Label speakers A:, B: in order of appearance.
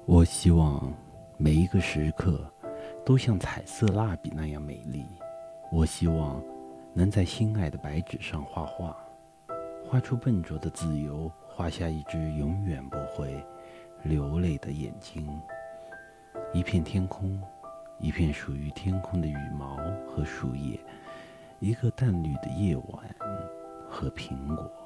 A: 我希望每一个时刻都像彩色蜡笔那样美丽。我希望能在心爱的白纸上画画，画出笨拙的自由，画下一只永远不会流泪的眼睛。一片天空，一片属于天空的羽毛和树叶，一个淡绿的夜晚和苹果。